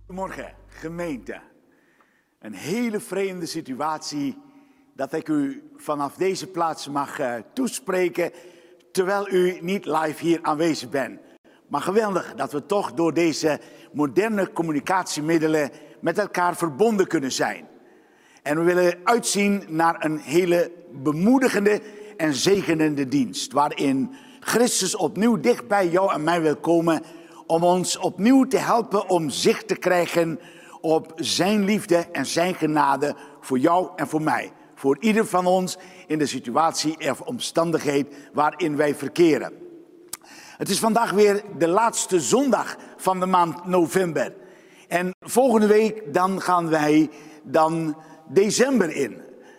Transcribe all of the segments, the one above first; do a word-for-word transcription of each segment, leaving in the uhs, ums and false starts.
Goedemorgen, gemeente. Een hele vreemde situatie dat ik u vanaf deze plaats mag uh, toespreken, terwijl u niet live hier aanwezig bent. Maar geweldig dat we toch door deze moderne communicatiemiddelen met elkaar verbonden kunnen zijn. En we willen uitzien naar een hele bemoedigende en zegenende dienst, waarin Christus opnieuw dicht bij jou en mij wil komen om ons opnieuw te helpen om zicht te krijgen op zijn liefde en zijn genade voor jou en voor mij. Voor ieder van ons in de situatie of omstandigheid waarin wij verkeren. Het is vandaag weer de laatste zondag van de maand november. En volgende week dan gaan wij dan december in.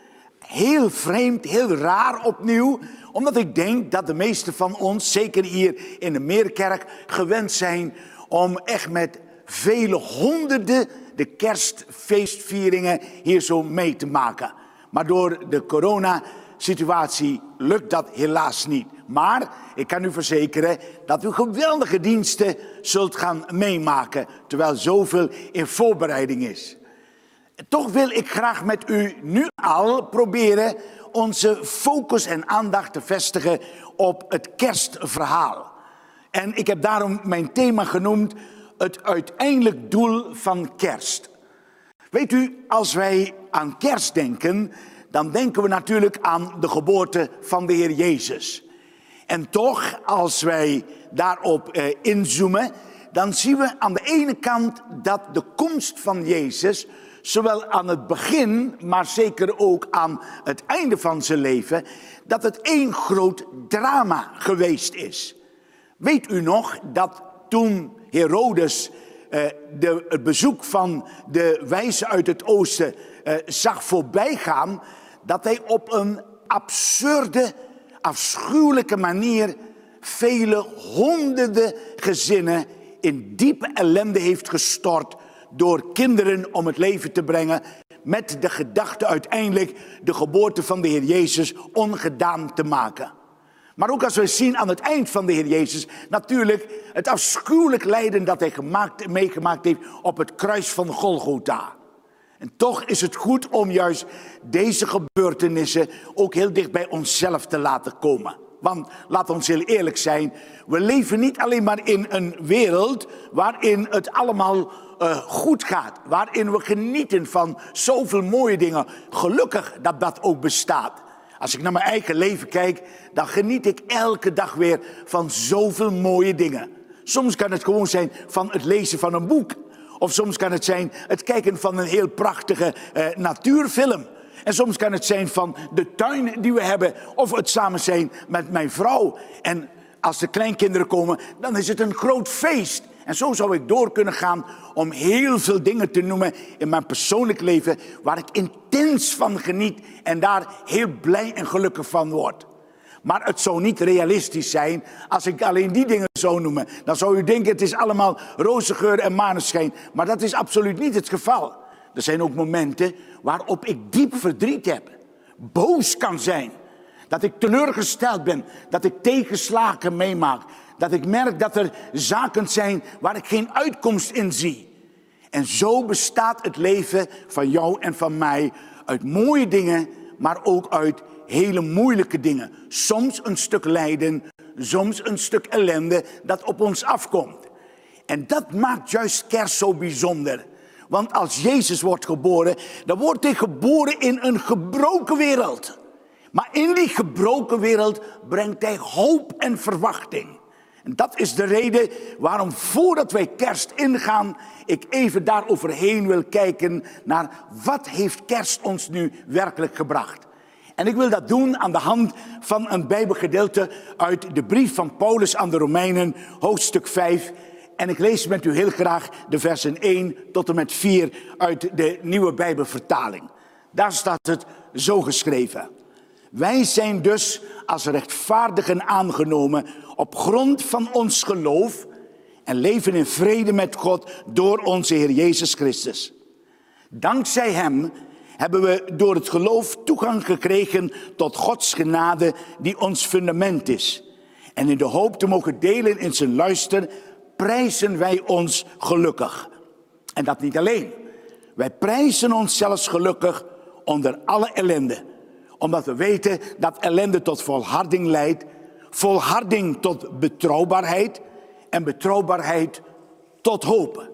Heel vreemd, heel raar opnieuw. Omdat ik denk dat de meesten van ons, zeker hier in de Meerkerk, gewend zijn om echt met vele honderden de kerstfeestvieringen hier zo mee te maken. Maar door de coronasituatie lukt dat helaas niet. Maar ik kan u verzekeren dat u geweldige diensten zult gaan meemaken, terwijl zoveel in voorbereiding is. Toch wil ik graag met u nu al proberen onze focus en aandacht te vestigen op het kerstverhaal. En ik heb daarom mijn thema genoemd, het uiteindelijk doel van kerst. Weet u, als wij aan kerst denken, dan denken we natuurlijk aan de geboorte van de Heer Jezus. En toch, als wij daarop eh, inzoomen, dan zien we aan de ene kant dat de komst van Jezus, zowel aan het begin, maar zeker ook aan het einde van zijn leven, dat het één groot drama geweest is. Weet u nog dat toen Herodes eh, de, het bezoek van de wijzen uit het oosten eh, zag voorbijgaan, dat hij op een absurde, afschuwelijke manier vele honderden gezinnen in diepe ellende heeft gestort door kinderen om het leven te brengen, met de gedachte uiteindelijk de geboorte van de Heer Jezus ongedaan te maken. Maar ook als we zien aan het eind van de Heer Jezus, natuurlijk het afschuwelijk lijden dat hij gemaakt, meegemaakt heeft op het kruis van Golgotha. En toch is het goed om juist deze gebeurtenissen ook heel dicht bij onszelf te laten komen. Want laat ons heel eerlijk zijn, we leven niet alleen maar in een wereld waarin het allemaal uh, goed gaat. Waarin we genieten van zoveel mooie dingen. Gelukkig dat dat ook bestaat. Als ik naar mijn eigen leven kijk, dan geniet ik elke dag weer van zoveel mooie dingen. Soms kan het gewoon zijn van het lezen van een boek. Of soms kan het zijn het kijken van een heel prachtige uh, natuurfilm. En soms kan het zijn van de tuin die we hebben. Of het samen zijn met mijn vrouw. En als de kleinkinderen komen, dan is het een groot feest. En zo zou ik door kunnen gaan om heel veel dingen te noemen in mijn persoonlijk leven, waar ik intens van geniet en daar heel blij en gelukkig van word. Maar het zou niet realistisch zijn als ik alleen die dingen zou noemen. Dan zou u denken het is allemaal roze geur en maneschijn. Maar dat is absoluut niet het geval. Er zijn ook momenten waarop ik diep verdriet heb. Boos kan zijn. Dat ik teleurgesteld ben. Dat ik tegenslagen meemaak. Dat ik merk dat er zaken zijn waar ik geen uitkomst in zie. En zo bestaat het leven van jou en van mij uit mooie dingen, maar ook uit hele moeilijke dingen. Soms een stuk lijden, soms een stuk ellende dat op ons afkomt. En dat maakt juist kerst zo bijzonder. Want als Jezus wordt geboren, dan wordt hij geboren in een gebroken wereld. Maar in die gebroken wereld brengt hij hoop en verwachting. En dat is de reden waarom voordat wij kerst ingaan, ik even daaroverheen wil kijken naar wat heeft kerst ons nu werkelijk gebracht. En ik wil dat doen aan de hand van een Bijbelgedeelte uit de brief van Paulus aan de Romeinen, hoofdstuk vijf. En ik lees met u heel graag de versen één tot en met vier uit de nieuwe Bijbelvertaling. Daar staat het zo geschreven. Wij zijn dus als rechtvaardigen aangenomen op grond van ons geloof en leven in vrede met God door onze Heer Jezus Christus. Dankzij hem hebben we door het geloof toegang gekregen tot Gods genade die ons fundament is. En in de hoop te mogen delen in zijn luister prijzen wij ons gelukkig. En dat niet alleen. Wij prijzen ons zelfs gelukkig onder alle ellende. Omdat we weten dat ellende tot volharding leidt. Volharding tot betrouwbaarheid. En betrouwbaarheid tot hoop.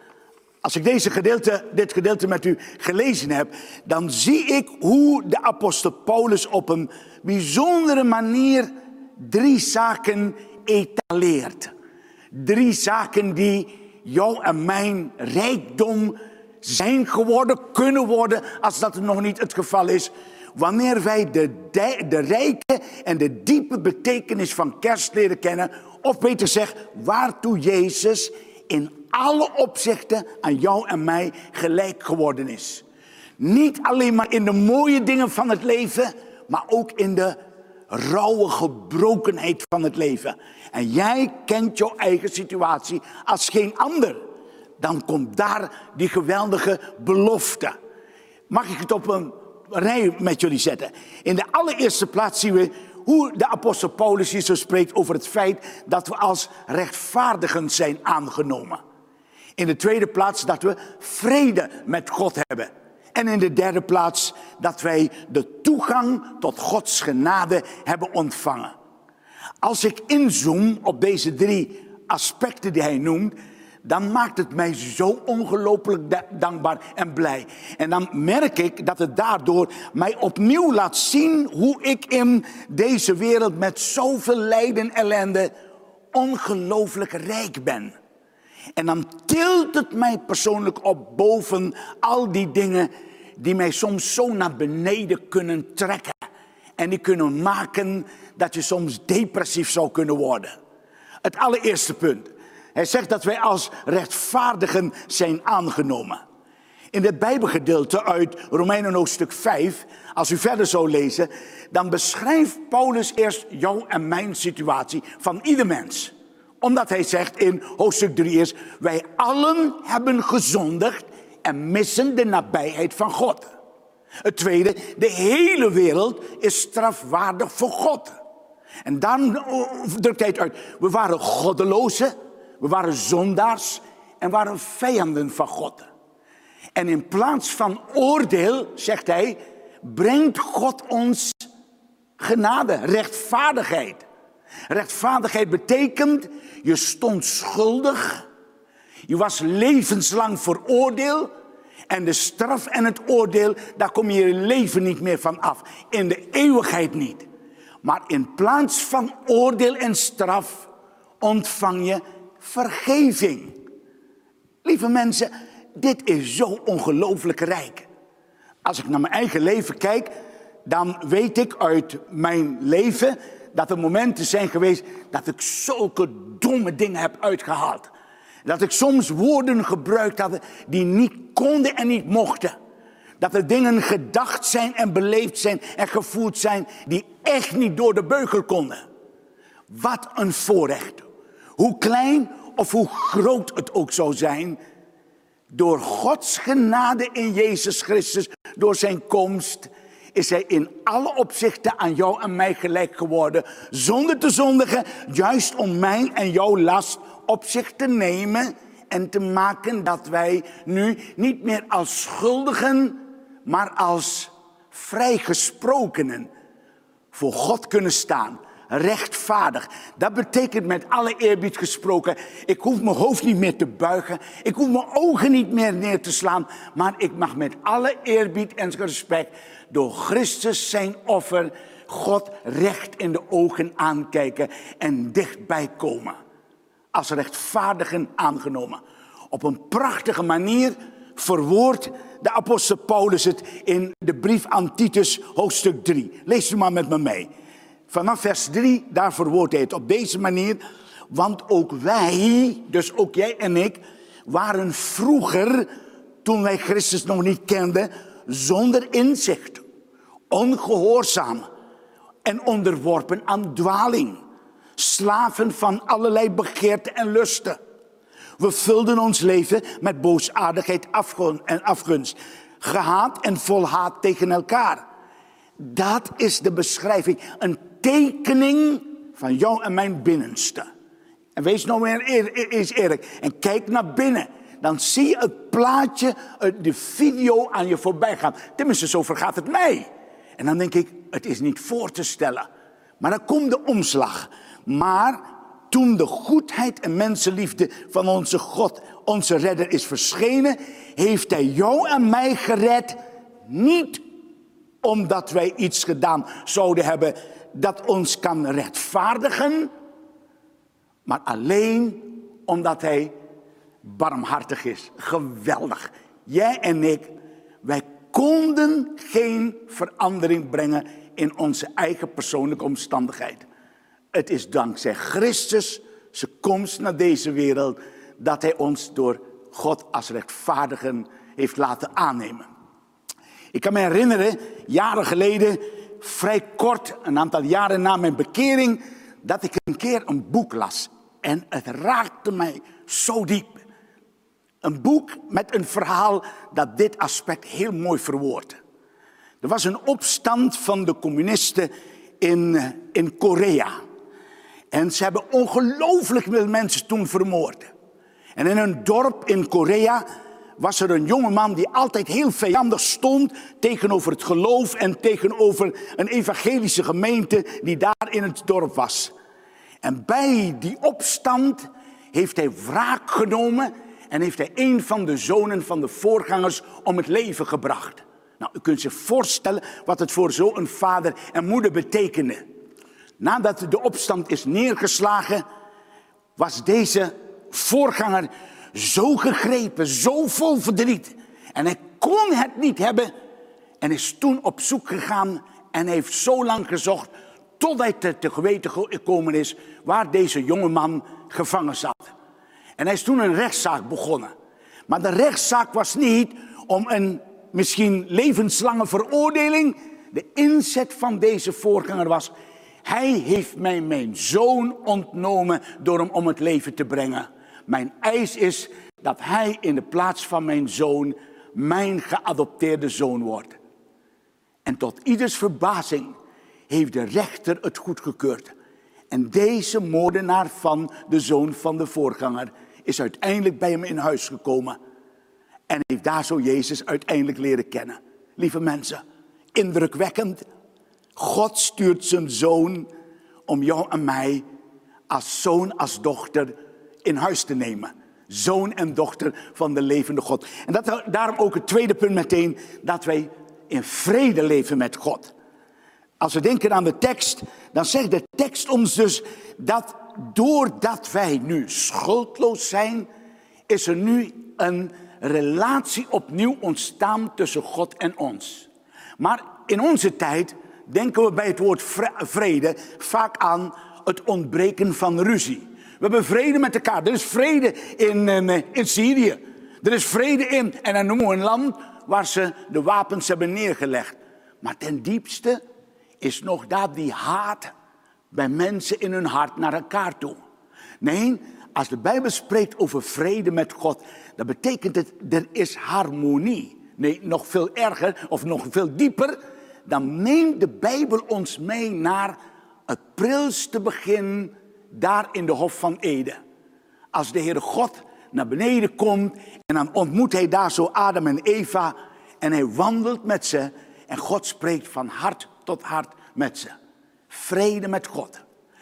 Als ik deze gedeelte, dit gedeelte met u gelezen heb, dan zie ik hoe de apostel Paulus op een bijzondere manier drie zaken etaleert. Drie zaken die jou en mijn rijkdom zijn geworden, kunnen worden, als dat nog niet het geval is. Wanneer wij de, de, de rijke en de diepe betekenis van kerst leren kennen, of beter zeg, waartoe Jezus in alle opzichten aan jou en mij gelijk geworden is. Niet alleen maar in de mooie dingen van het leven, maar ook in de rauwe gebrokenheid van het leven. En jij kent jouw eigen situatie als geen ander. Dan komt daar die geweldige belofte. Mag ik het op een rij met jullie zetten? In de allereerste plaats zien we hoe de apostel Paulus hier zo spreekt over het feit dat we als rechtvaardigen zijn aangenomen. In de tweede plaats dat we vrede met God hebben. En in de derde plaats dat wij de toegang tot Gods genade hebben ontvangen. Als ik inzoom op deze drie aspecten die hij noemt, dan maakt het mij zo ongelooflijk dankbaar en blij. En dan merk ik dat het daardoor mij opnieuw laat zien hoe ik in deze wereld met zoveel lijden en ellende ongelooflijk rijk ben. En dan tilt het mij persoonlijk op boven al die dingen die mij soms zo naar beneden kunnen trekken. En die kunnen maken dat je soms depressief zou kunnen worden. Het allereerste punt. Hij zegt dat wij als rechtvaardigen zijn aangenomen. In het Bijbelgedeelte uit Romeinen hoofdstuk vijf, als u verder zou lezen, dan beschrijft Paulus eerst jouw en mijn situatie van ieder mens. Omdat hij zegt in hoofdstuk drie is, wij allen hebben gezondigd en missen de nabijheid van God. Het tweede, de hele wereld is strafwaardig voor God. En dan drukt hij het uit, we waren goddelozen, we waren zondaars en waren vijanden van God. En in plaats van oordeel, zegt hij, brengt God ons genade, rechtvaardigheid. Rechtvaardigheid betekent, je stond schuldig, je was levenslang veroordeeld en de straf en het oordeel, daar kom je je leven niet meer van af. In de eeuwigheid niet. Maar in plaats van oordeel en straf ontvang je vergeving. Lieve mensen, dit is zo ongelooflijk rijk. Als ik naar mijn eigen leven kijk, dan weet ik uit mijn leven dat er momenten zijn geweest dat ik zulke domme dingen heb uitgehaald. Dat ik soms woorden gebruikt had die niet konden en niet mochten. Dat er dingen gedacht zijn en beleefd zijn en gevoeld zijn die echt niet door de beugel konden. Wat een voorrecht. Hoe klein of hoe groot het ook zou zijn, door Gods genade in Jezus Christus, door zijn komst, is hij in alle opzichten aan jou en mij gelijk geworden, zonder te zondigen, juist om mijn en jouw last op zich te nemen en te maken dat wij nu niet meer als schuldigen, maar als vrijgesprokenen voor God kunnen staan. Rechtvaardig. Dat betekent met alle eerbied gesproken, ik hoef mijn hoofd niet meer te buigen, ik hoef mijn ogen niet meer neer te slaan, maar ik mag met alle eerbied en respect door Christus zijn offer God recht in de ogen aankijken en dichtbij komen. Als rechtvaardigen aangenomen. Op een prachtige manier verwoordt de apostel Paulus het in de brief aan Titus hoofdstuk drie. Lees u maar met me mee. Vanaf vers drie, daar verwoordt hij het op deze manier. Want ook wij, dus ook jij en ik, waren vroeger, toen wij Christus nog niet kenden, zonder inzicht, ongehoorzaam en onderworpen aan dwaling. Slaven van allerlei begeerten en lusten. We vulden ons leven met boosaardigheid en afgunst. Gehaat en vol haat tegen elkaar. Dat is de beschrijving, een tekening van jou en mijn binnenste. En wees nou weer eens eerlijk en kijk naar binnen. dan zie je het plaatje, de video aan je voorbij gaan. Tenminste, zo vergaat het mij. En dan denk ik, het is niet voor te stellen. Maar dan komt de omslag. Maar toen de goedheid en mensenliefde van onze God, onze redder, is verschenen, heeft hij jou en mij gered. Niet omdat wij iets gedaan zouden hebben dat ons kan rechtvaardigen, maar alleen omdat hij barmhartig is. Geweldig. Jij en ik, wij konden geen verandering brengen in onze eigen persoonlijke omstandigheid. Het is dankzij Christus, zijn komst naar deze wereld, dat hij ons door God als rechtvaardigen heeft laten aannemen. Ik kan me herinneren, jaren geleden, vrij kort, een aantal jaren na mijn bekering, dat ik een keer een boek las. En het raakte mij zo diep. Een boek met een verhaal dat dit aspect heel mooi verwoordt. Er was een opstand van de communisten in, in Korea. En ze hebben ongelooflijk veel mensen toen vermoord. En in een dorp in Korea was er een jongeman die altijd heel vijandig stond tegenover het geloof en tegenover een evangelische gemeente die daar in het dorp was. En bij die opstand heeft hij wraak genomen en heeft hij een van de zonen van de voorgangers om het leven gebracht. Nou, u kunt zich voorstellen wat het voor zo'n vader en moeder betekende. Nadat de opstand is neergeslagen, was deze voorganger zo gegrepen, zo vol verdriet. En hij kon het niet hebben en is toen op zoek gegaan en heeft zo lang gezocht tot hij te, te geweten gekomen is waar deze jongeman gevangen zat. En hij is toen een rechtszaak begonnen. Maar de rechtszaak was niet om een misschien levenslange veroordeling. De inzet van deze voorganger was: hij heeft mij mijn zoon ontnomen door hem om het leven te brengen. Mijn eis is dat hij in de plaats van mijn zoon mijn geadopteerde zoon wordt. En tot ieders verbazing heeft de rechter het goedgekeurd. En deze moordenaar van de zoon van de voorganger is uiteindelijk bij hem in huis gekomen. En heeft daar zo Jezus uiteindelijk leren kennen. Lieve mensen, indrukwekkend. God stuurt zijn zoon om jou en mij als zoon, als dochter in huis te nemen. Zoon en dochter van de levende God. En dat, daarom ook het tweede punt meteen, dat wij in vrede leven met God. Als we denken aan de tekst, dan zegt de tekst ons dus dat doordat wij nu schuldloos zijn, is er nu een relatie opnieuw ontstaan tussen God en ons. Maar in onze tijd denken we bij het woord vrede vaak aan het ontbreken van ruzie. We hebben vrede met elkaar. Er is vrede in, in, in Syrië. Er is vrede in, en dan noemen we een land waar ze de wapens hebben neergelegd. Maar ten diepste is nog daar die haat bij mensen in hun hart naar elkaar toe. Nee, als de Bijbel spreekt over vrede met God, dan betekent het, er is harmonie. Nee, nog veel erger of nog veel dieper. Dan neemt de Bijbel ons mee naar het prilste begin daar in de Hof van Eden. Als de Heere God naar beneden komt en dan ontmoet hij daar zo Adam en Eva en hij wandelt met ze en God spreekt van hart tot hart met ze. Vrede met God.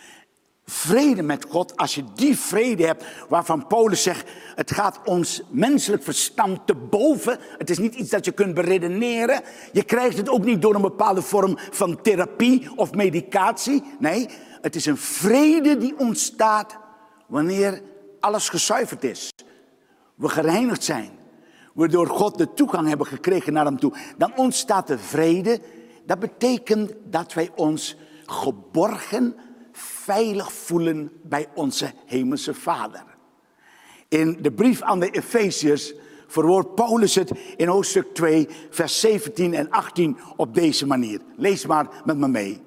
Vrede met God, als je die vrede hebt waarvan Paulus zegt, het gaat ons menselijk verstand te boven. Het is niet iets dat je kunt beredeneren. Je krijgt het ook niet door een bepaalde vorm van therapie of medicatie. Nee, het is een vrede die ontstaat wanneer alles gezuiverd is. We gereinigd zijn. We door God de toegang hebben gekregen naar hem toe. Dan ontstaat de vrede. Dat betekent dat wij ons geborgen, veilig voelen bij onze hemelse Vader. In de brief aan de Efeziërs verwoordt Paulus het in hoofdstuk twee, vers zeventien en achttien op deze manier. Lees maar met me mee.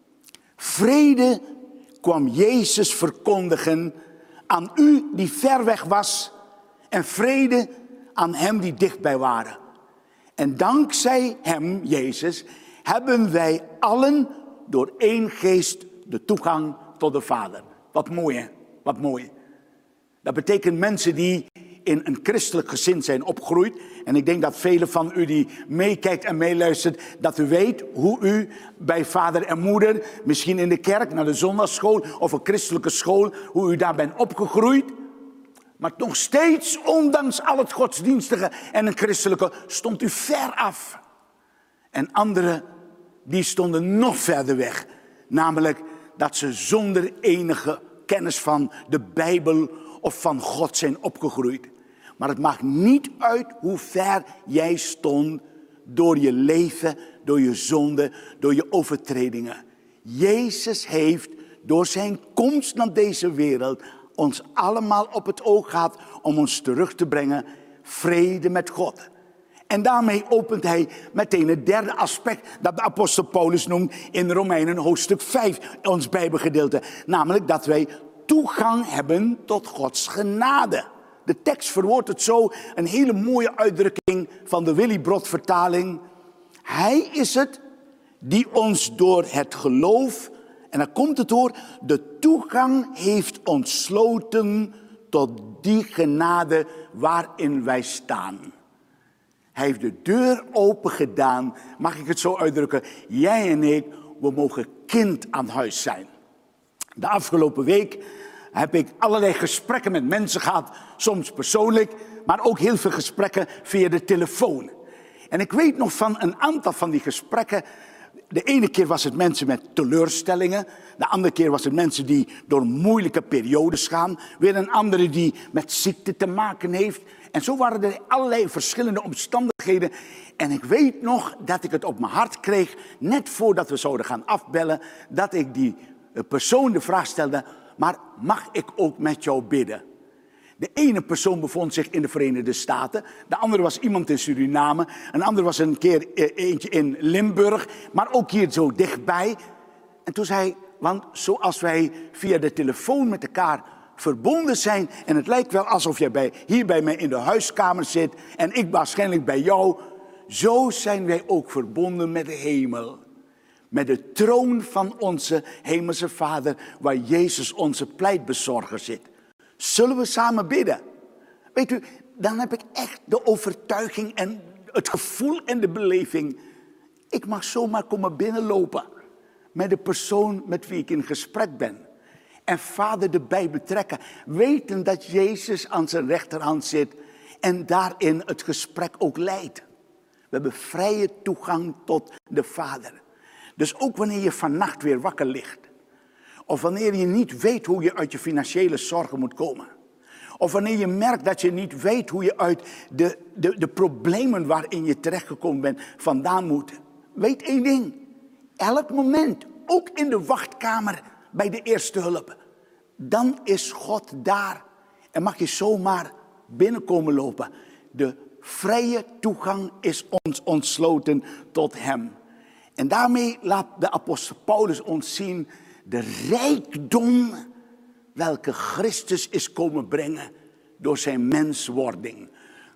Vrede kwam Jezus verkondigen aan u die ver weg was en vrede aan hem die dichtbij waren. En dankzij hem, Jezus, hebben wij allen door één geest de toegang tot de Vader. Wat mooi, hè? Wat mooi. Dat betekent mensen die in een christelijk gezin zijn opgegroeid. En ik denk dat velen van u die meekijkt en meeluistert, dat u weet hoe u bij vader en moeder, misschien in de kerk, naar de zondagsschool of een christelijke school, hoe u daar bent opgegroeid. Maar nog steeds, ondanks al het godsdienstige en een christelijke, stond u ver af. En anderen, die stonden nog verder weg. Namelijk dat ze zonder enige kennis van de Bijbel of van God zijn opgegroeid. Maar het maakt niet uit hoe ver jij stond door je leven, door je zonde, door je overtredingen. Jezus heeft door zijn komst naar deze wereld ons allemaal op het oog gehad om ons terug te brengen, vrede met God. En daarmee opent hij meteen het derde aspect dat de apostel Paulus noemt in Romeinen hoofdstuk vijf, ons Bijbelgedeelte. Namelijk dat wij toegang hebben tot Gods genade. De tekst verwoordt het zo, een hele mooie uitdrukking van de Willy Brodt vertaling. Hij is het die ons door het geloof, en dan komt het door, de toegang heeft ontsloten tot die genade waarin wij staan. Hij heeft de deur open gedaan, mag ik het zo uitdrukken. Jij en ik, we mogen kind aan huis zijn. De afgelopen week heb ik allerlei gesprekken met mensen gehad, soms persoonlijk, maar ook heel veel gesprekken via de telefoon. En ik weet nog van een aantal van die gesprekken. De ene keer was het mensen met teleurstellingen. De andere keer was het mensen die door moeilijke periodes gaan. Weer een andere die met ziekte te maken heeft. En zo waren er allerlei verschillende omstandigheden. En ik weet nog dat ik het op mijn hart kreeg, net voordat we zouden gaan afbellen, dat ik die persoon de vraag stelde, maar mag ik ook met jou bidden? De ene persoon bevond zich in de Verenigde Staten. De andere was iemand in Suriname. Een ander was een keer eentje in Limburg. Maar ook hier zo dichtbij. En toen zei hij, want zoals wij via de telefoon met elkaar verbonden zijn. En het lijkt wel alsof jij bij, hier bij mij in de huiskamer zit. En ik waarschijnlijk bij jou. Zo zijn wij ook verbonden met de hemel. Met de troon van onze hemelse Vader. Waar Jezus onze pleitbezorger zit. Zullen we samen bidden? Weet u, dan heb ik echt de overtuiging en het gevoel en de beleving. Ik mag zomaar komen binnenlopen met de persoon met wie ik in gesprek ben. En Vader erbij betrekken. Weten dat Jezus aan zijn rechterhand zit en daarin het gesprek ook leidt. We hebben vrije toegang tot de Vader. Dus ook wanneer je vannacht weer wakker ligt. Of wanneer je niet weet hoe je uit je financiële zorgen moet komen. Of wanneer je merkt dat je niet weet hoe je uit de, de, de problemen waarin je terechtgekomen bent vandaan moet. Weet één ding. Elk moment, ook in de wachtkamer bij de eerste hulp. Dan is God daar. En mag je zomaar binnenkomen lopen. De vrije toegang is ons ontsloten tot hem. En daarmee laat de apostel Paulus ons zien de rijkdom welke Christus is komen brengen door zijn menswording.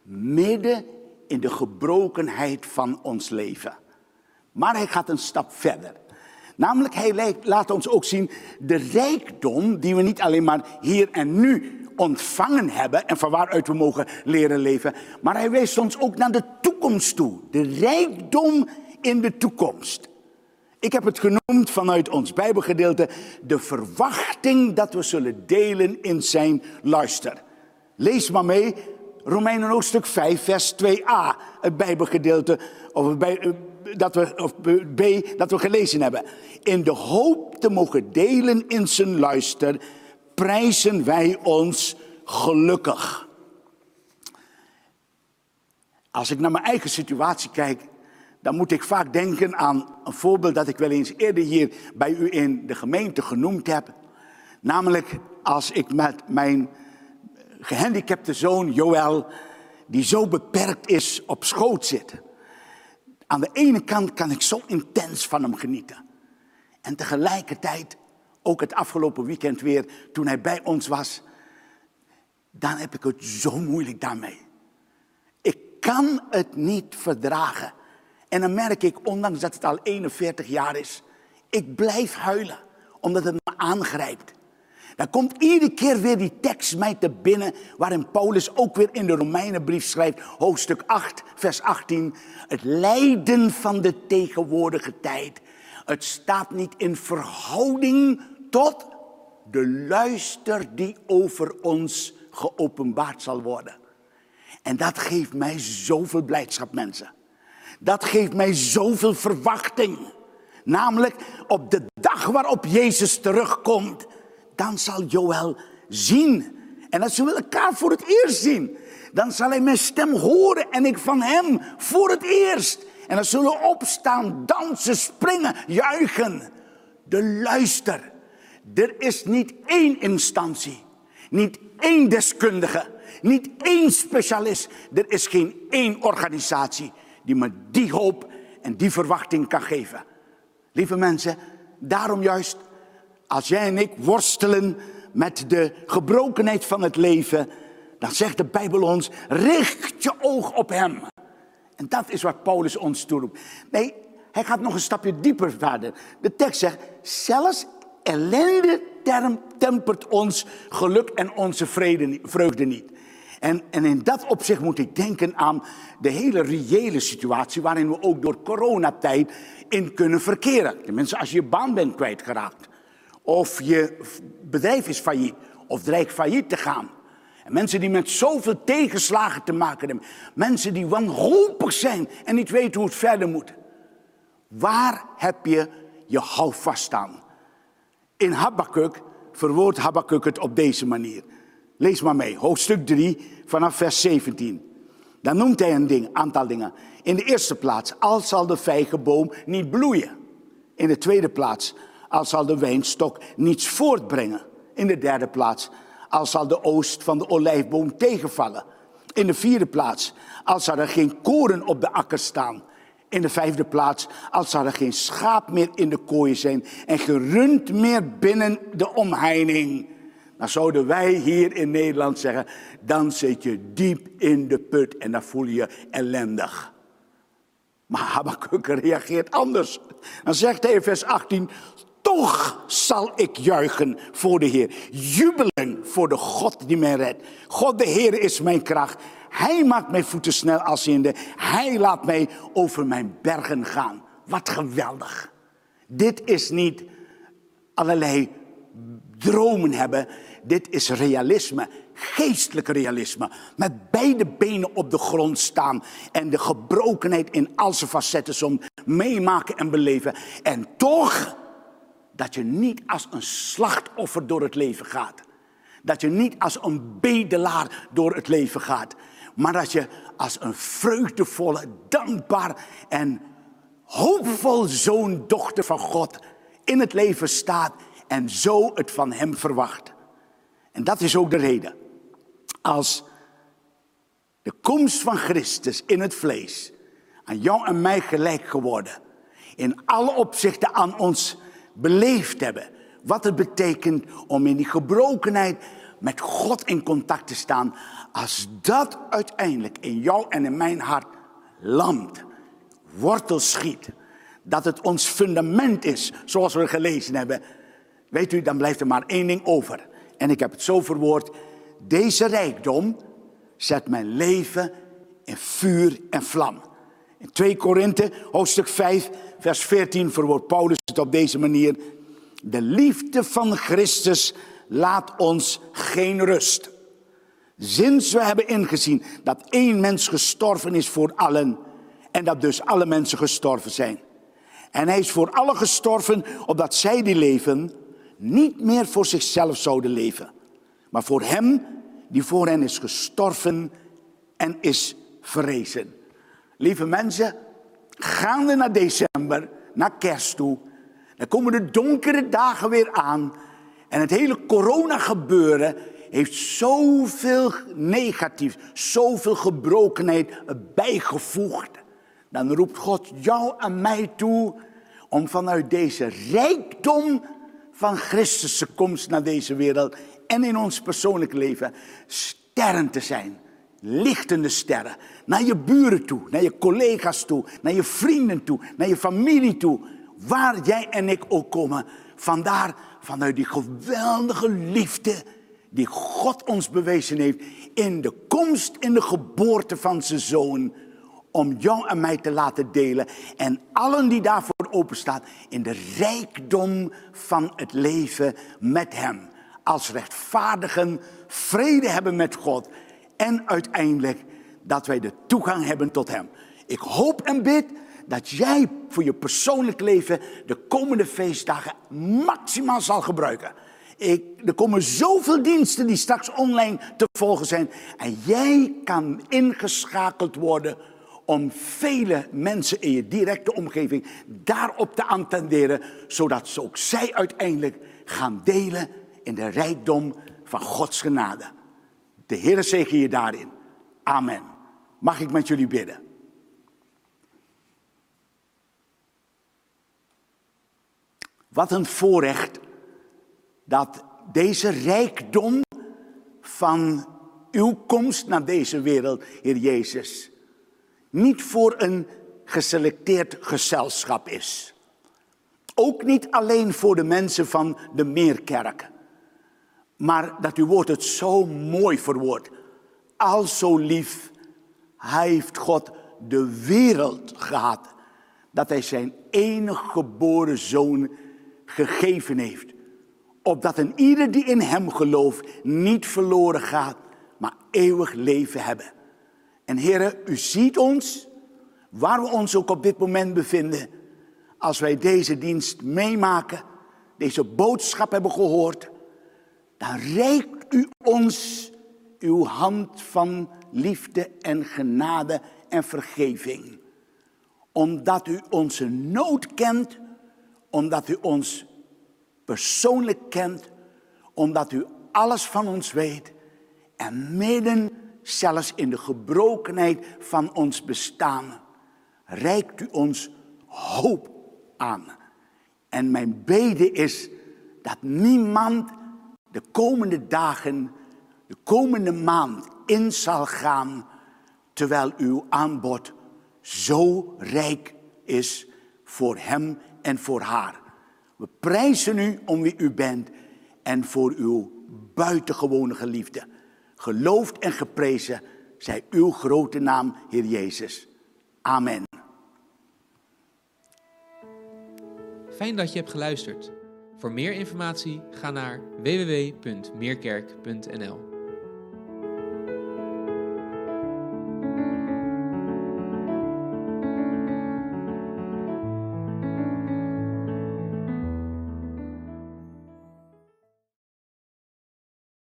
Midden in de gebrokenheid van ons leven. Maar hij gaat een stap verder. Namelijk hij laat ons ook zien de rijkdom die we niet alleen maar hier en nu ontvangen hebben en van waaruit we mogen leren leven. Maar hij wijst ons ook naar de toekomst toe. De rijkdom in de toekomst. Ik heb het genoemd vanuit ons Bijbelgedeelte de verwachting dat we zullen delen in zijn luister. Lees maar mee, Romeinen hoofdstuk vijf, vers twee a, het Bijbelgedeelte of het bij, dat we, of B, dat we gelezen hebben. In de hoop te mogen delen in zijn luister, prijzen wij ons gelukkig. Als ik naar mijn eigen situatie kijk, dan moet ik vaak denken aan een voorbeeld dat ik wel eens eerder hier bij u in de gemeente genoemd heb. Namelijk als ik met mijn gehandicapte zoon Joël, die zo beperkt is, op schoot zit. Aan de ene kant kan ik zo intens van hem genieten. En tegelijkertijd, ook het afgelopen weekend weer, toen hij bij ons was, dan heb ik het zo moeilijk daarmee. Ik kan het niet verdragen. En dan merk ik, ondanks dat het al eenenveertig jaar is, ik blijf huilen, omdat het me aangrijpt. Dan komt iedere keer weer die tekst mij te binnen, waarin Paulus ook weer in de Romeinenbrief schrijft, hoofdstuk acht, vers achttien. Het lijden van de tegenwoordige tijd. Het staat niet in verhouding tot de luister die over ons geopenbaard zal worden. En dat geeft mij zoveel blijdschap, mensen. Dat geeft mij zoveel verwachting. Namelijk op de dag waarop Jezus terugkomt, dan zal Joël zien. En dat zullen we elkaar voor het eerst zien. Dan zal hij mijn stem horen en ik van hem voor het eerst. En dan zullen we opstaan, dansen, springen, juichen. De luister. Er is niet één instantie, niet één deskundige, niet één specialist. Er is geen één organisatie die me die hoop en die verwachting kan geven. Lieve mensen, daarom juist, als jij en ik worstelen met de gebrokenheid van het leven, dan zegt de Bijbel ons, richt je oog op hem. En dat is wat Paulus ons toeroept. Nee, hij gaat nog een stapje dieper verder. De tekst zegt, zelfs ellende tempert ons geluk en onze vrede, vreugde niet. En, en in dat opzicht moet ik denken aan de hele reële situatie waarin we ook door coronatijd in kunnen verkeren. Tenminste, als je je baan bent kwijtgeraakt. Of je bedrijf is failliet. Of dreigt failliet te gaan. En mensen die met zoveel tegenslagen te maken hebben. Mensen die wanhopig zijn en niet weten hoe het verder moet. Waar heb je je houvast aan? In Habakuk verwoordt Habakuk het op deze manier. Lees maar mee, hoofdstuk drie vanaf vers zeventien. Dan noemt hij een ding, aantal dingen. In de eerste plaats, al zal de vijgenboom niet bloeien. In de tweede plaats, al zal de wijnstok niets voortbrengen. In de derde plaats, al zal de oogst van de olijfboom tegenvallen. In de vierde plaats, al zal er geen koren op de akker staan. In de vijfde plaats, als zal er geen schaap meer in de kooien zijn en geen rund meer binnen de omheining. Dan zouden wij hier in Nederland zeggen, dan zit je diep in de put en dan voel je je ellendig. Maar Habakuk reageert anders. Dan zegt hij in vers achttien, toch zal ik juichen voor de Heer. Jubelen voor de God die mij redt. God de Heer is mijn kracht. Hij maakt mijn voeten snel als hinde. Hij laat mij over mijn bergen gaan. Wat geweldig. Dit is niet allerlei dromen hebben. Dit is realisme. Geestelijk realisme. Met beide benen op de grond staan. En de gebrokenheid in al zijn facetten soms meemaken en beleven. En toch dat je niet als een slachtoffer door het leven gaat. Dat je niet als een bedelaar door het leven gaat. Maar dat je als een vreugdevolle, dankbaar en hoopvol zoon, dochter van God in het leven staat en zo het van hem verwacht. En dat is ook de reden. Als de komst van Christus in het vlees aan jou en mij gelijk geworden, in alle opzichten aan ons beleefd hebben, wat het betekent om in die gebrokenheid met God in contact te staan. Als dat uiteindelijk in jou en in mijn hart landt, wortel schiet, dat het ons fundament is, zoals we gelezen hebben, weet u, dan blijft er maar één ding over. En ik heb het zo verwoord, deze rijkdom zet mijn leven in vuur en vlam. In twee Korinthe, hoofdstuk vijf, vers veertien, verwoordt Paulus het op deze manier. De liefde van Christus laat ons geen rust. Sinds we hebben ingezien dat één mens gestorven is voor allen. En dat dus alle mensen gestorven zijn. En hij is voor allen gestorven, opdat zij die leven niet meer voor zichzelf zouden leven. Maar voor hem die voor hen is gestorven en is verrezen. Lieve mensen, gaande naar december, naar kerst toe, dan komen de donkere dagen weer aan. En het hele corona gebeuren heeft zoveel negatief, zoveel gebrokenheid bijgevoegd. Dan roept God jou en mij toe om vanuit deze rijkdom van Christus' komst naar deze wereld en in ons persoonlijk leven sterren te zijn. Lichtende sterren. Naar je buren toe, naar je collega's toe, naar je vrienden toe, naar je familie toe. Waar jij en ik ook komen, Vandaar, vanuit die geweldige liefde die God ons bewezen heeft in de komst, in de geboorte van zijn Zoon, om jou en mij te laten delen en allen die daarvoor openstaan in de rijkdom van het leven met hem. Als rechtvaardigen vrede hebben met God en uiteindelijk dat wij de toegang hebben tot hem. Ik hoop en bid dat jij voor je persoonlijk leven de komende feestdagen maximaal zal gebruiken. Ik, er komen zoveel diensten die straks online te volgen zijn. En jij kan ingeschakeld worden om vele mensen in je directe omgeving daarop te attenderen. Zodat ze ook zij uiteindelijk gaan delen in de rijkdom van Gods genade. De Heer zegen je daarin. Amen. Mag ik met jullie bidden? Wat een voorrecht dat deze rijkdom van uw komst naar deze wereld, Heer Jezus, niet voor een geselecteerd gezelschap is. Ook niet alleen voor de mensen van de Meerkerk. Maar dat uw woord het zo mooi verwoordt. Al zo lief, hij heeft God de wereld gehad, dat hij zijn enige geboren zoon gegeven heeft. Opdat een ieder die in hem gelooft niet verloren gaat, maar eeuwig leven hebben. En Heere, u ziet ons, waar we ons ook op dit moment bevinden, als wij deze dienst meemaken, deze boodschap hebben gehoord, dan reikt u ons uw hand van liefde en genade en vergeving. Omdat u onze nood kent, omdat u ons persoonlijk kent, omdat u alles van ons weet en midden zelfs in de gebrokenheid van ons bestaan, reikt u ons hoop aan. En mijn bede is dat niemand de komende dagen, de komende maand in zal gaan, terwijl uw aanbod zo rijk is voor hem en voor haar. We prijzen u om wie u bent en voor uw buitengewone geliefde. Geloofd en geprezen zij uw grote naam, Heer Jezus. Amen. Fijn dat je hebt geluisterd. Voor meer informatie ga naar w w w punt meerkerk punt n l.